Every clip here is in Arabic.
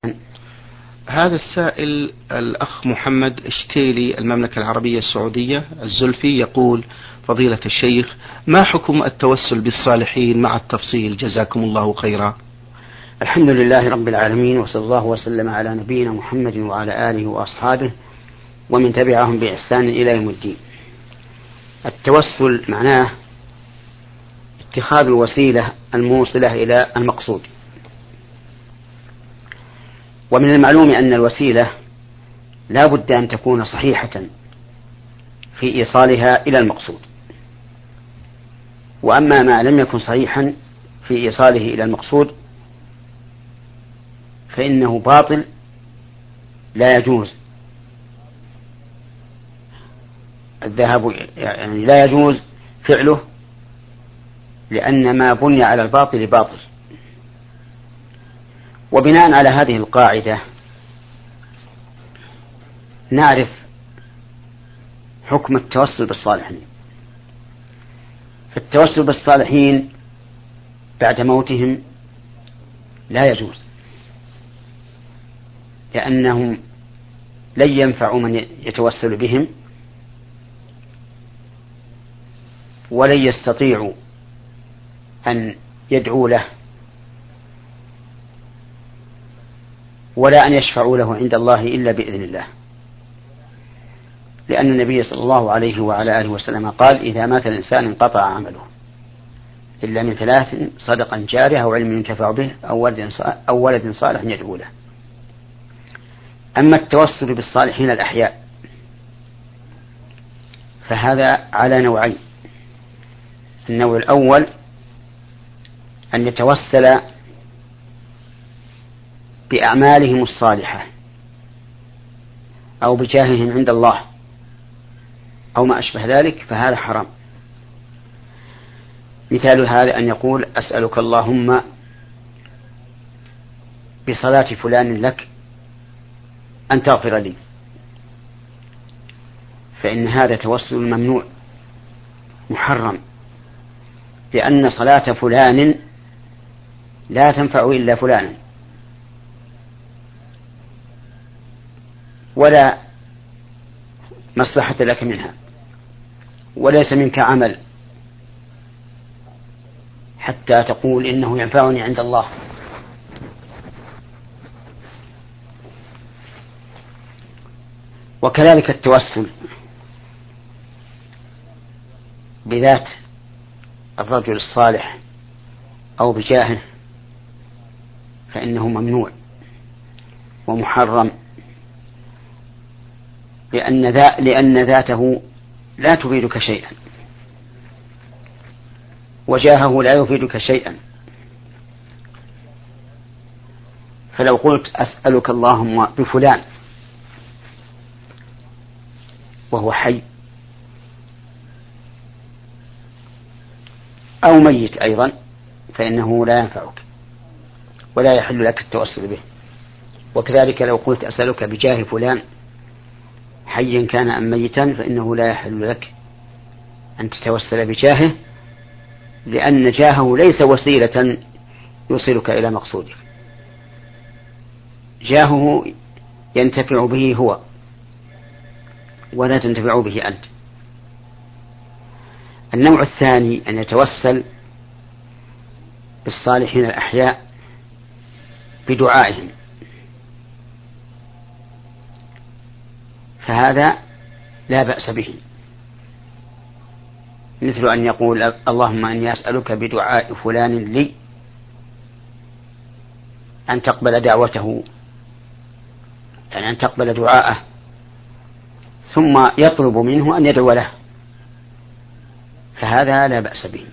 هذا السائل الأخ محمد اشتيلي، المملكة العربية السعودية الزلفي، يقول: فضيلة الشيخ، ما حكم التوسل بالصالحين مع التفصيل؟ جزاكم الله خيرا. الحمد لله رب العالمين، وصلى الله وسلم على نبينا محمد وعلى آله وأصحابه ومن تبعهم بإحسان إلى يوم الدين. التوسل معناه اتخاذ الوسيلة الموصلة إلى المقصود، ومن المعلوم أن الوسيلة لا بد أن تكون صحيحة في إيصالها إلى المقصود، وأما ما لم يكن صحيحا في إيصاله إلى المقصود فإنه باطل لا يجوز الذهاب، يعني لا يجوز فعله، لأن ما بني على الباطل باطل. وبناء على هذه القاعدة نعرف حكم التوسل بالصالحين. فالتوسل بالصالحين بعد موتهم لا يجوز، لأنهم لن ينفعوا من يتوسل بهم، ولن يستطيعوا أن يدعوا له، ولا أن يشفعوا له عند الله إلا بإذن الله، لأن النبي صلى الله عليه وعلى آله وسلم قال: إذا مات الإنسان انقطع عمله إلا من ثلاث: صدقة جارية أو علم ينتفع به أو ولد صالح يدعو له. أما التوسل بالصالحين الأحياء فهذا على نوعين: النوع الأول أن يتوسل بأعمالهم الصالحة أو بجاههم عند الله أو ما أشبه ذلك، فهذا حرام. مثال هذا أن يقول: أسألك اللهم بصلاة فلان لك أن تغفر لي، فإن هذا توسل ممنوع محرم، لأن صلاة فلان لا تنفع إلا فلانا، ولا مصلحة لك منها، وليس منك عمل حتى تقول إنه ينفعني عند الله. وكذلك التوسل بذات الرجل الصالح أو بجاهه فإنه ممنوع ومحرم، لأن ذاته لا تفيدك شيئا، وجاهه لا يفيدك شيئا. فلو قلت: أسألك اللهم بفلان وهو حي أو ميت أيضا فإنه لا ينفعك ولا يحل لك التوسل به. وكذلك لو قلت: أسألك بجاه فلان حيا كان أم ميتا فإنه لا يحل لك أن تتوسل بجاهه، لأن جاهه ليس وسيلة يوصلك إلى مقصودك، جاهه ينتفع به هو ولا تنتفع به أنت. النوع الثاني أن يتوسل بالصالحين الأحياء بدعائهم، فهذا لا بأس به، مثل أن يقول: اللهم إني أسألك بدعاء فلان لي أن تقبل دعوته، يعني أن تقبل دعاءه، ثم يطلب منه أن يدعو له، فهذا لا بأس به.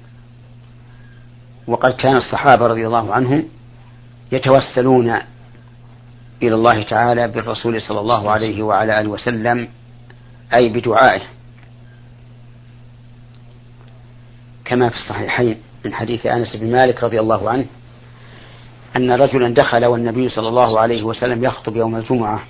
وقد كان الصحابة رضي الله عنهم يتوسلون إلى الله تعالى بالرسول صلى الله عليه وعلى آله وسلم، أي بدعائه، كما في الصحيحين من حديث أنس بن مالك رضي الله عنه أن رجلا دخل والنبي صلى الله عليه وسلم يخطب يوم الجمعة،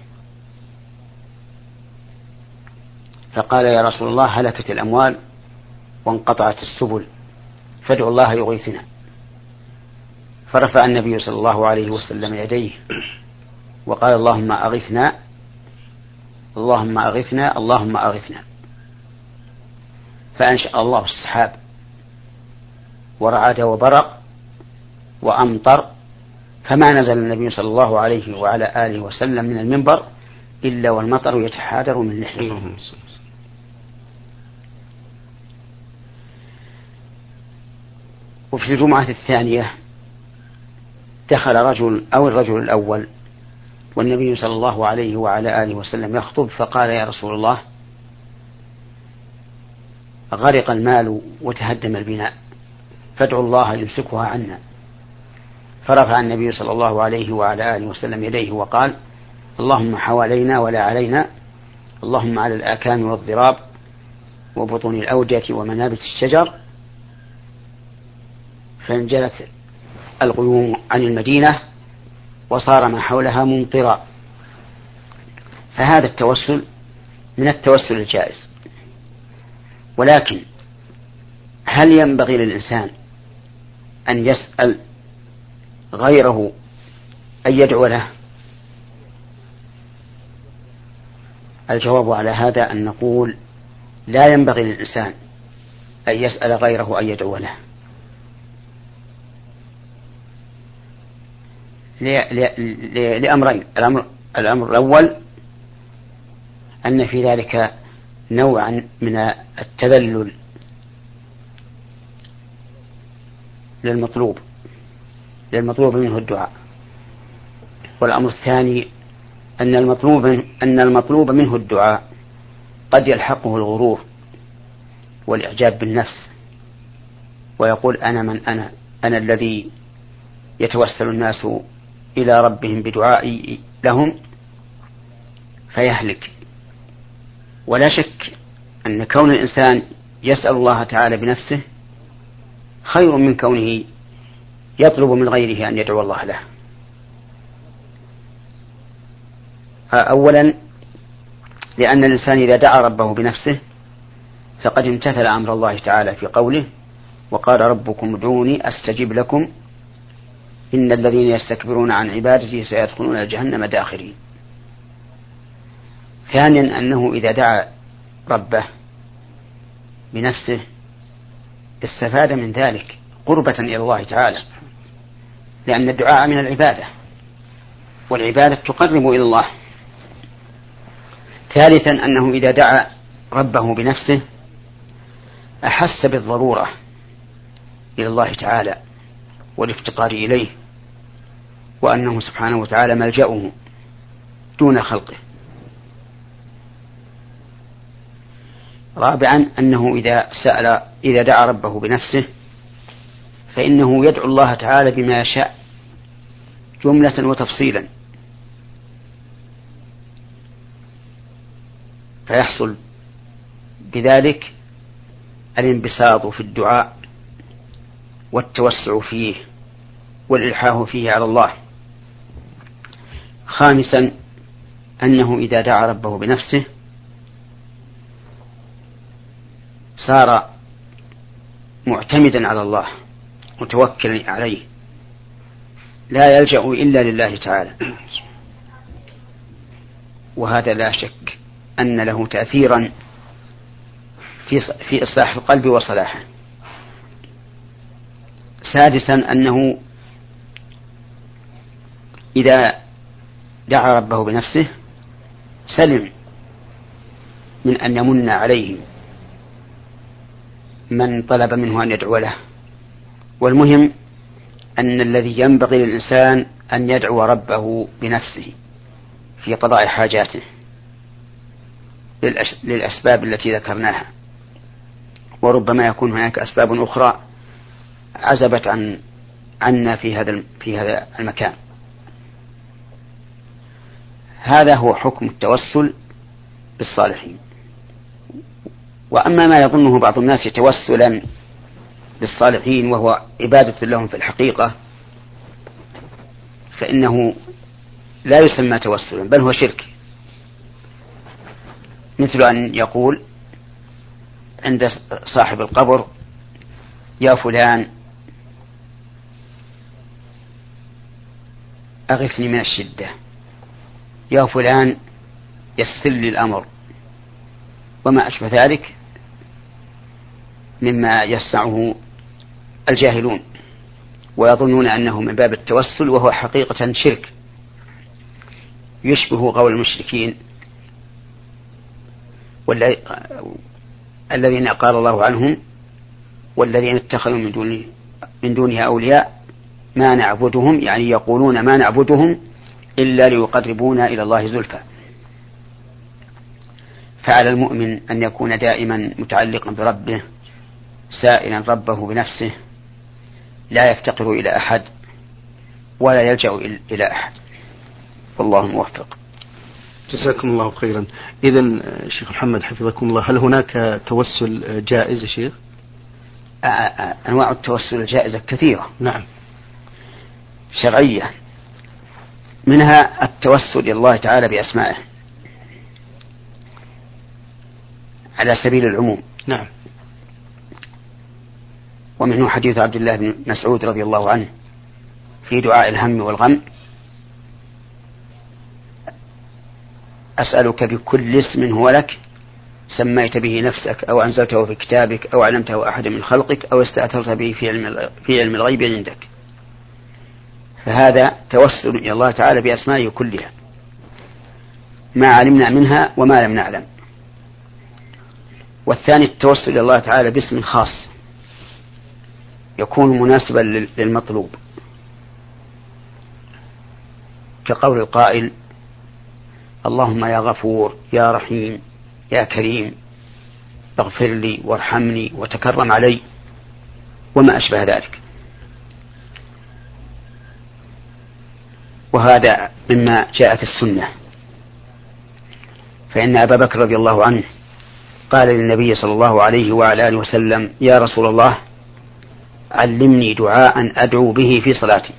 فقال: يا رسول الله، هلكت الأموال وانقطعت السبل، فادعوا الله يغيثنا. فرفع النبي صلى الله عليه وسلم يديه وقال اللهم أغثنا اللهم أغثنا اللهم أغثنا، فأنشأ الله السحاب ورعد وبرق وأمطر، فما نزل النبي صلى الله عليه وعلى آله وسلم من المنبر إلا والمطر يتحادر من لحيه. وفي الجمعة الثانية دخل رجل أو الرجل الأول والنبي صلى الله عليه وعلى آله وسلم يخطب، فقال يا رسول الله غرق المال وتهدم البناء فادعوا الله يمسكها عنا. فرفع النبي صلى الله عليه وعلى آله وسلم يديه وقال اللهم حوالينا ولا علينا، اللهم على الآكام والضراب وبطون الأودية ومنابت الشجر. فانجلت الغيوم عن المدينة وصار ما حولها ممطرا. فهذا التوسل من التوسل الجائز، ولكن هل ينبغي للإنسان أن يسأل غيره أن يدعو له؟ الجواب على هذا أن نقول لا ينبغي للإنسان أن يسأل غيره أن يدعو له، لأمرين. الأمر الأول أن في ذلك نوعا من التذلل للمطلوب منه الدعاء. والأمر الثاني أن المطلوب منه الدعاء قد يلحقه الغرور والإعجاب بالنفس، ويقول أنا من أنا الذي يتوسل الناس إلى ربهم بدعائي لهم، فيهلك. ولا شك أن كون الإنسان يسأل الله تعالى بنفسه خير من كونه يطلب من غيره أن يدعو الله له. أولا لأن الإنسان إذا دعا ربه بنفسه فقد امتثل أمر الله تعالى في قوله وقال ربكم ادعوني أستجب لكم إن الذين يستكبرون عن عبادتي سيدخلون جهنم داخرين. ثانيا أنه إذا دعا ربه بنفسه استفاد من ذلك قربة إلى الله تعالى، لأن الدعاء من العبادة والعبادة تقرب إلى الله. ثالثا أنه إذا دعا ربه بنفسه أحس بالضرورة إلى الله تعالى والافتقار إليه، وأنه سبحانه وتعالى ملجأه دون خلقه. رابعا أنه إذا دعا ربه بنفسه فإنه يدعو الله تعالى بما يشاء جملة وتفصيلا، فيحصل بذلك الانبساط في الدعاء والتوسع فيه والإلحاح فيه على الله. خامسا أنه إذا دعا ربه بنفسه صار معتمدا على الله متوكلا عليه لا يلجأ إلا لله تعالى، وهذا لا شك أن له تأثيرا في إصلاح القلب وصلاحه. سادسا أنه إذا دعا ربه بنفسه سلم من أن يمن عليه من طلب منه أن يدعو له. والمهم أن الذي ينبغي للإنسان أن يدعو ربه بنفسه في قضاء حاجاته للأسباب التي ذكرناها، وربما يكون هناك أسباب أخرى عزبت عنا في هذا المكان. هذا هو حكم التوسل بالصالحين. وأما ما يظنه بعض الناس توسلا بالصالحين وهو عبادة لهم في الحقيقة فإنه لا يسمى توسلا بل هو شرك، مثل أن يقول عند صاحب القبر يا فلان أغثني من الشدة يا فلان يسر لي الأمر وما أشبه ذلك مما يصنعه الجاهلون ويظنون أنه من باب التوسل، وهو حقيقة شرك يشبه قول المشركين الذين قال الله عنهم والذين اتخذوا من دونه أولياء ما نعبدهم، يعني يقولون ما نعبدهم إلا ليقربونا إلى الله زلفى. فعلى المؤمن أن يكون دائما متعلقا بربه سائلا ربه بنفسه، لا يفتقر إلى أحد ولا يلجأ إلى أحد، والله موفق. جزاكم الله خيرا. إذن شيخ محمد حفظكم الله، هل هناك توسل جائز يا شيخ؟ أنواع التوسل الجائزة كثيرة، نعم، شرعية، منها التوسل إلى الله تعالى بأسمائه على سبيل العموم، نعم، ومنه حديث عبد الله بن مسعود رضي الله عنه في دعاء الهم والغم: أسألك بكل اسم هو لك سميت به نفسك أو أنزلته في كتابك أو علمته أحد من خلقك أو استأثرت به في علم الغيب عندك. فهذا توسل إلى الله تعالى بأسمائه كلها، ما علمنا منها وما لم نعلم. والثاني التوسل إلى الله تعالى باسم خاص يكون مناسبا للمطلوب، كقول القائل: اللهم يا غفور يا رحيم يا كريم اغفر لي وارحمني وتكرم علي، وما أشبه ذلك. وهذا مما جاء في السنة، فإن أبا بكر رضي الله عنه قال للنبي صلى الله عليه وعلى آله وسلم: يا رسول الله علمني دعاء أدعو به في صلاتي.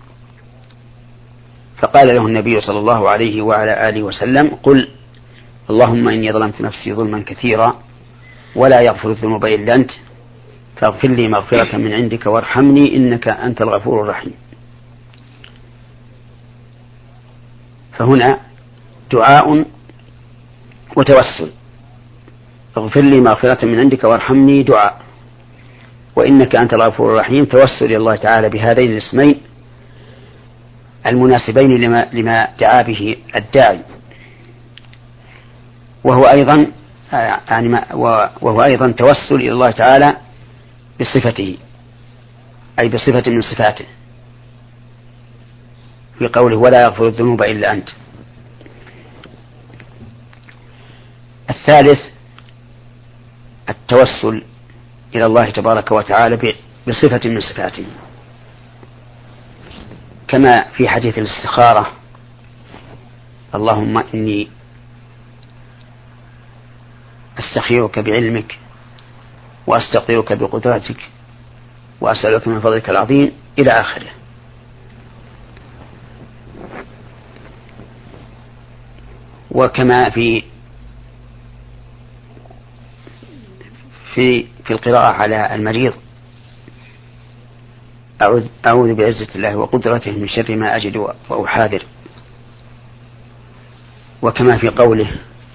فقال له النبي صلى الله عليه وعلى آله وسلم: قل اللهم إني ظلمت نفسي ظلما كثيرا ولا يغفر الذنوب إلا أنت فاغفر لي مغفرة من عندك وارحمني إنك أنت الغفور الرحيم. فهنا دعاء وتوسل: اغفر لي مغفرة من عندك وارحمني دعاء، وإنك أنت الغفور الرحيم توسل إلى الله تعالى بهذين الاسمين المناسبين لما دعا به الداعي. وهو أيضا توسل إلى الله تعالى بصفته، أي بصفة من صفاته، في قوله: ولا يغفر الذنوب إلا أنت. الثالث التوسل إلى الله تبارك وتعالى بصفة من صفاته، كما في حديث الاستخارة: اللهم إني أستخيرك بعلمك وأستقدرك بقدرتك وأسألك من فضلك العظيم إلى آخره. وكما في القراءة على المريض: أعوذ بعزة الله وقدرته من شر ما أجد وأحاذر. وكما في قوله: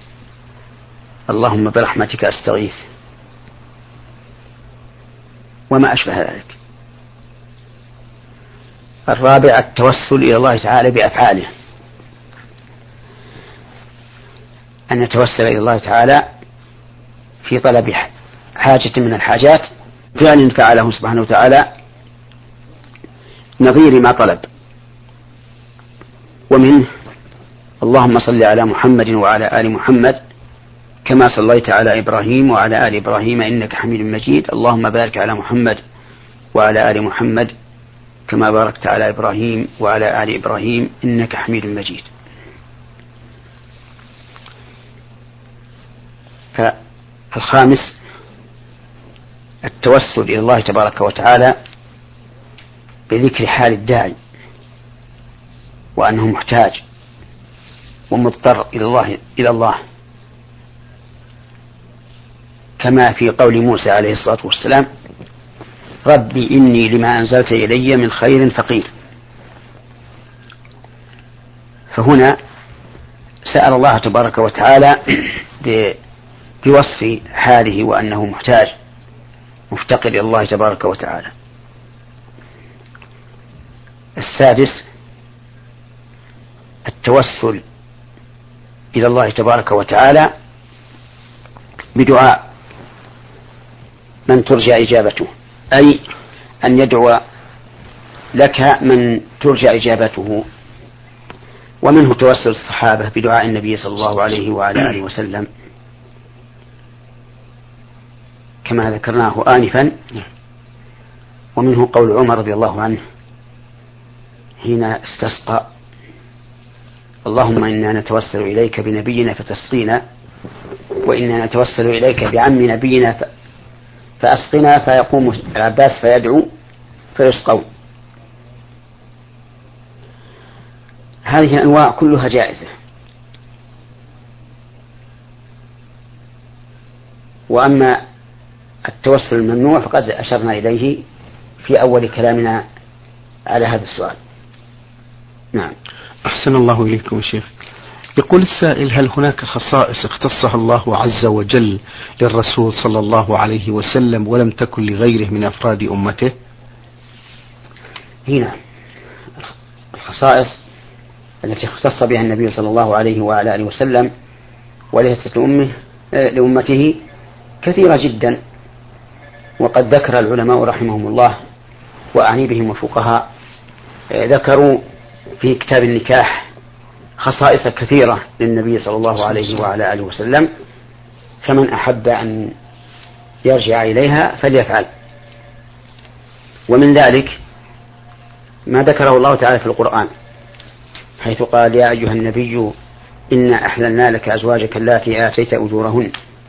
اللهم برحمتك أستغيث، وما أشبه ذلك. الرابع التوسل إلى الله تعالى بأفعاله، أن نتوسل إلى الله تعالى في طلب حاجة من الحاجات، فعل فعله سبحانه وتعالى نظير ما طلب. ومنه: اللهم صل على محمد وعلى آل محمد كما صليت على إبراهيم وعلى آل إبراهيم إنك حميد مجيد، اللهم بارك على محمد وعلى آل محمد كما باركت على إبراهيم وعلى آل إبراهيم إنك حميد مجيد. فالخامس التوسل إلى الله تبارك وتعالى بذكر حال الداعي وأنه محتاج ومضطر إلى الله، كما في قول موسى عليه الصلاة والسلام: ربي إني لما أنزلت إلي من خير فقير. فهنا سأل الله تبارك وتعالى بوصف حاله وأنه محتاج مفتقر إلى الله تبارك وتعالى. السادس التوسل إلى الله تبارك وتعالى بدعاء من ترجى إجابته، أي أن يدعو لك من ترجى إجابته. ومنه توسل الصحابة بدعاء النبي صلى الله عليه وعلى آله وسلم كما ذكرناه آنفا. ومنه قول عمر رضي الله عنه حين استسقى: اللهم إنا نتوسل إليك بنبينا فتسقينا، وإنا نتوسل إليك بعم نبينا فأسقنا. فيقوم العباس فيدعو فيسقون. هذه الأنواع كلها جائزة. وأما التوسل الممنوع فقد أشرنا إليه في أول كلامنا على هذا السؤال. نعم. أحسن الله إليكم شيخ. يقول السائل: هل هناك خصائص اختصها الله عز وجل للرسول صلى الله عليه وسلم ولم تكن لغيره من أفراد أمته؟ هنا الخصائص التي اختص بها النبي صلى الله عليه وعلى آله وسلم وليست لأمته كثيرة جدا. وقد ذكر العلماء رحمهم الله وأعني بهم الفقهاء ذكروا في كتاب النكاح خصائص كثيرة للنبي صلى الله عليه وعلى آله وسلم، فمن أحب أن يرجع إليها فليفعل. ومن ذلك ما ذكره الله تعالى في القرآن حيث قال: يا أيها النبي إنا أحللنا لك أزواجك اللاتي آتيت أجورهن،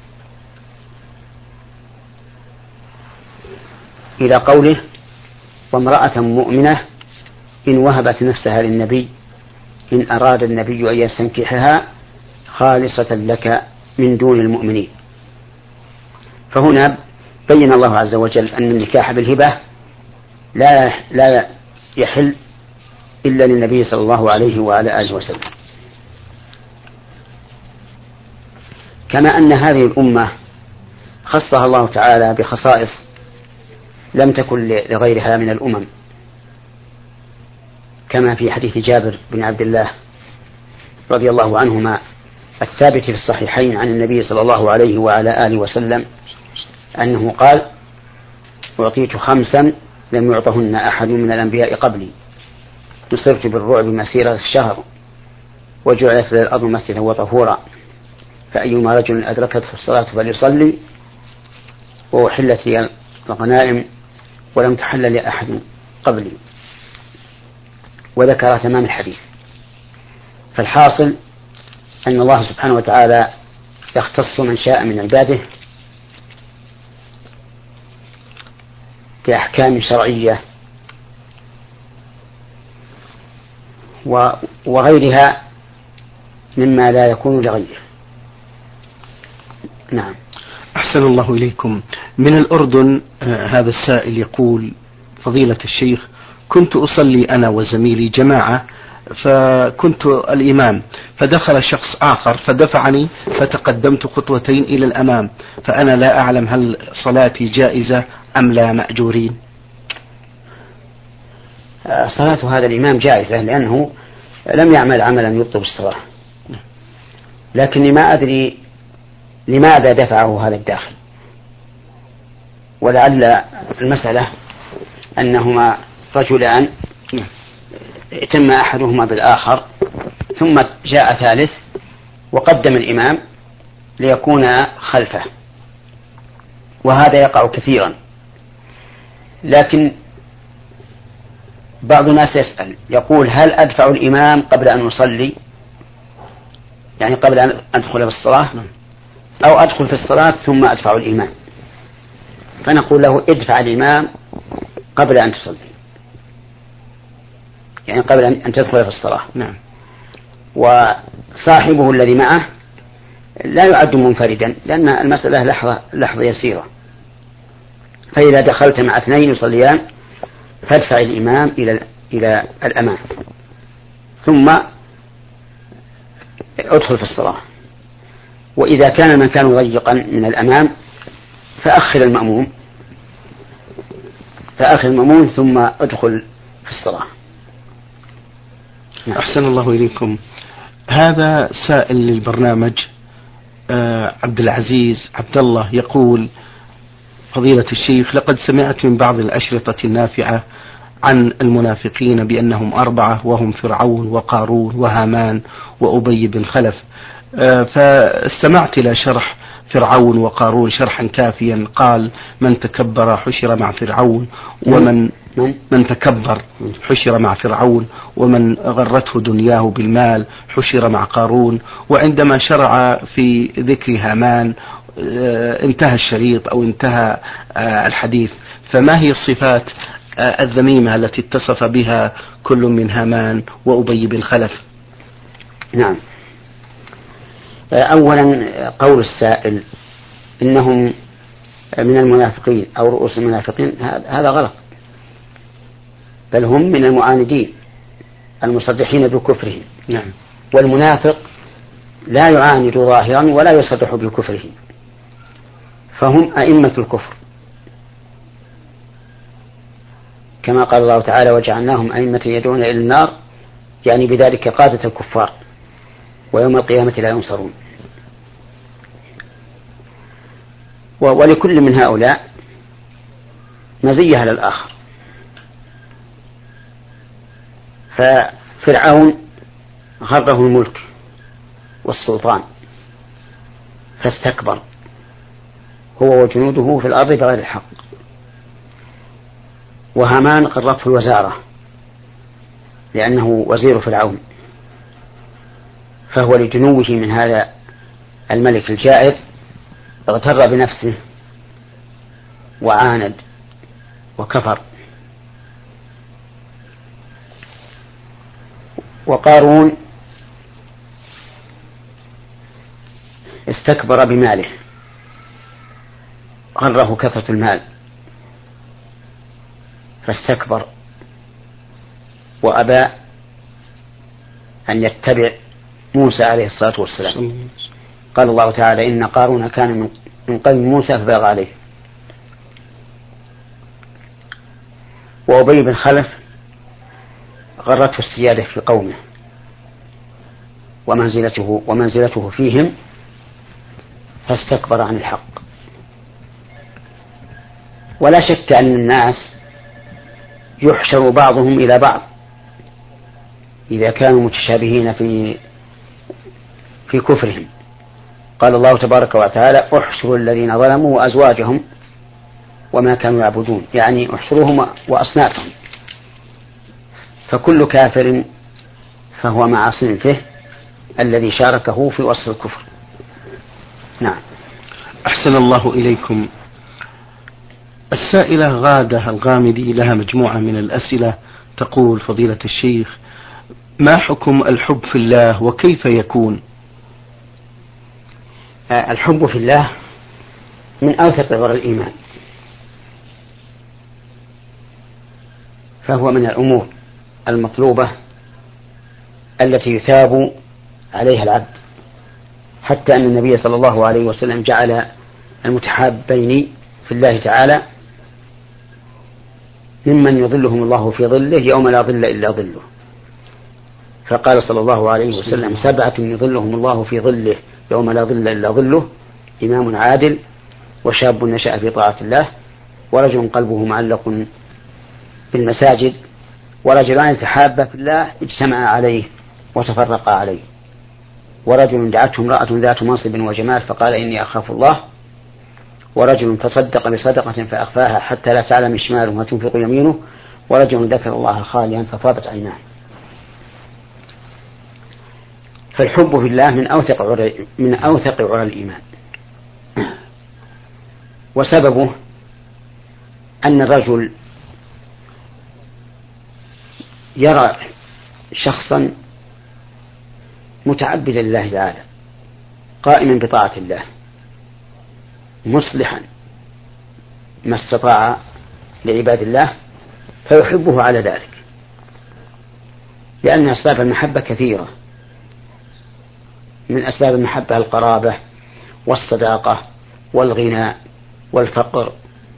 إلى قوله: وامرأة مؤمنة إن وهبت نفسها للنبي إن أراد النبي أن يستنكحها خالصة لك من دون المؤمنين. فهنا بين الله عز وجل أن النكاح بالهبة لا يحل إلا للنبي صلى الله عليه وعلى آله وسلم. كما أن هذه الأمة خصها الله تعالى بخصائص لم تكن لغيرها من الأمم، كما في حديث جابر بن عبد الله رضي الله عنهما الثابت في الصحيحين عن النبي صلى الله عليه وعلى آله وسلم أنه قال: أعطيت 5 لم يعطهن أحد من الأنبياء قبلي، نصرت بالرعب مسيرة الشهر، وجعلت الأرض مسجدا وطهورا، فأيما رجل أدركته الصلاة فليصلي، وأحلت لي الغنائم ولم تحل لأحد قبلي. وذكر تمام الحديث. فالحاصل أن الله سبحانه وتعالى يختص من شاء من عباده بأحكام شرعية وغيرها مما لا يكون لغيره. نعم. أحسن الله إليكم. من الأردن هذا السائل يقول: فضيلة الشيخ، كنت أصلي أنا وزميلي جماعة، فكنت الإمام، فدخل شخص آخر فدفعني فتقدمت خطوتين إلى الأمام، فأنا لا أعلم هل صلاتي جائزة أم لا مأجورين؟ صلاة هذا الإمام جائزة لأنه لم يعمل عملا يبطل الصلاة، لكني ما أدري لماذا دفعه هذا الداخل. ولعل المسألة أنهما رجلان ائتم أحدهما بالآخر ثم جاء ثالث وقدم الإمام ليكون خلفه، وهذا يقع كثيرا. لكن بعض الناس يسأل يقول: هل أدفع الإمام قبل أن أصلي، يعني قبل أن أدخل في الصلاة، أو أدخل في الصلاة ثم أدفع الإمام؟ فنقول له: ادفع الإمام قبل أن تصلي، يعني قبل أن تدخل في الصلاة. نعم. وصاحبه الذي معه لا يعد منفردا، لأن المسألة لحظة يسيرة. فإذا دخلت مع 2 يصليان فادفع الإمام إلى الأمام، ثم ادخل في الصلاة. وإذا كان المكان ضيقا من الأمام فأخر المأموم ثم ادخل في الصلاة. أحسن الله إليكم. هذا سائل للبرنامج عبد العزيز عبد الله يقول: فضيلة الشيخ، لقد سمعت من بعض الأشرطة النافعة عن المنافقين بأنهم 4 وهم فرعون وقارون وهامان وأبي بن خلف، فاستمعت إلى شرح فرعون وقارون شرحا كافيا، قال: من تكبر حشر مع فرعون، من تكبر حشر مع فرعون، ومن غرته دنياه بالمال حشر مع قارون. وعندما شرع في ذكر هامان انتهى الشريط أو انتهى الحديث. فما هي الصفات الذميمة التي اتصف بها كل من هامان وأبي بن خلف؟ نعم. أولا قول السائل إنهم من المنافقين أو رؤوس المنافقين، هذا غلط، بل هم من المعاندين المصرحين بكفرهم. نعم. والمنافق لا يعاند ظاهرا ولا يصرح بكفره، فهم أئمة الكفر، كما قال الله تعالى: وجعلناهم أئمة يدعون إلى النار، يعني بذلك قادة الكفار، ويوم القيامة لا ينصرون. ولكل من هؤلاء مزية على الآخر. ففرعون غره الملك والسلطان فاستكبر هو وجنوده في الأرض بغير الحق. وهامان غرته الوزارة لأنه وزير فرعون، فهو لجنوه من هذا الملك الجائر اغتر بنفسه وعاند وكفر. وقارون استكبر بماله، غره كثرة المال فاستكبر وأبى أن يتبع موسى عليه الصلاة والسلام. قال الله تعالى: إن قارون كان من قوم موسى فبغى عليه. وأبي بن خلف غرته السيادة في قومه ومنزلته فيهم فاستكبر عن الحق. ولا شك أن الناس يحشر بعضهم إلى بعض إذا كانوا متشابهين في كفرهم. قال الله تبارك وتعالى: احشروا الذين ظلموا وأزواجهم وما كانوا يعبدون، يعني احشروهم وأصنافهم. فكل كافر فهو مع صنفه الذي شاركه في وصف الكفر. نعم. أحسن الله إليكم. السائلة غادة الغامدي لها مجموعة من الأسئلة، تقول: فضيلة الشيخ، ما حكم الحب في الله وكيف يكون؟ الحب في الله من أوثق عرى الإيمان، فهو من الأمور المطلوبة التي يثاب عليها العبد، حتى أن النبي صلى الله عليه وسلم جعل المتحابين في الله تعالى ممن يظلهم الله في ظله يوم لا ظل إلا ظله. فقال صلى الله عليه وسلم: 7 يظلهم الله في ظله يوم لا ظل إلا ظله: إمام عادل، وشاب نشأ في طاعة الله، ورجل قلبه معلق بالمساجد، ورجلان تحابا في الله اجتمعا عليه وتفرقا عليه، ورجل دعته امرأة ذات منصب وجمال فقال: إني أخاف الله، ورجل تصدق بصدقة فأخفاها حتى لا تعلم شماله ما تنفق يمينه، ورجل ذكر الله خاليا ففاضت عيناه. فالحب في الله من أوثق عرى الإيمان. وسببه أن الرجل يرى شخصا متعبدا لله تعالى قائما بطاعة الله مصلحا ما استطاع لعباد الله، فيحبه على ذلك، لأن أسباب المحبة كثيرة، من أسباب المحبة القرابة والصداقة والغنى والفقر،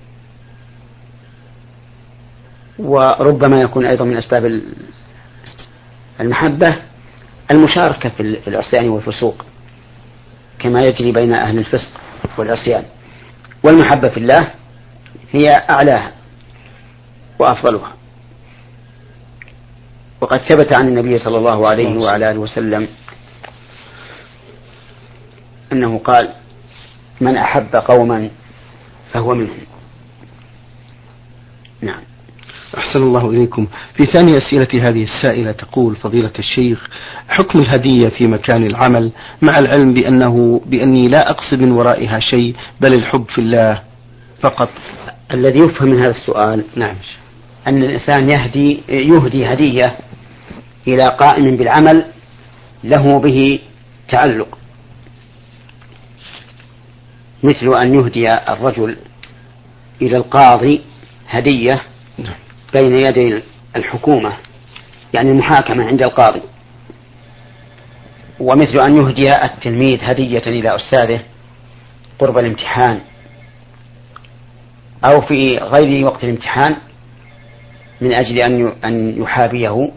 وربما يكون أيضا من أسباب المحبة المشاركة في العصيان والفسوق كما يجري بين أهل الفسق والعصيان. والمحبة في الله هي أعلاها وأفضلها. وقد ثبت عن النبي صلى الله عليه وعلى آله وسلم أنه قال: من أحب قوما فهو منهم. نعم. أحسن الله إليكم. في ثاني أسئلة هذه السائلة تقول: فضيلة الشيخ، حكم الهدية في مكان العمل مع العلم بأني لا أقصد من ورائها شيء بل الحب في الله فقط؟ الذي يفهم من هذا السؤال نعم أن الإنسان يهدي هدية إلى قائم بالعمل له به تعلق، مثل أن يهدي الرجل إلى القاضي هدية بين يدي الحكومة، يعني المحاكمة عند القاضي، ومثل أن يهدي التلميذ هدية إلى أستاذه قرب الامتحان أو في غير وقت الامتحان من أجل أن يحابيه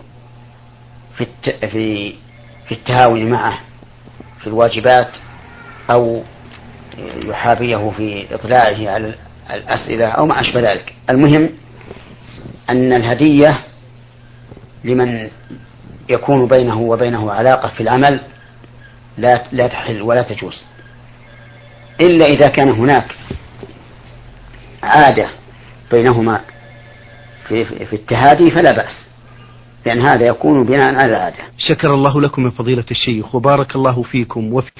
في التهاون معه في الواجبات، أو يحابيه في إطلاعه على الأسئلة أو ما أشبه ذلك. المهم أن الهدية لمن يكون بينه وبينه علاقة في العمل لا تحل ولا تجوز، إلا إذا كان هناك عادة بينهما في التهادي فلا بأس، لأن هذا يكون بناء على العادة. شكر الله لكم يا فضيلة الشيخ وبارك الله فيكم وفي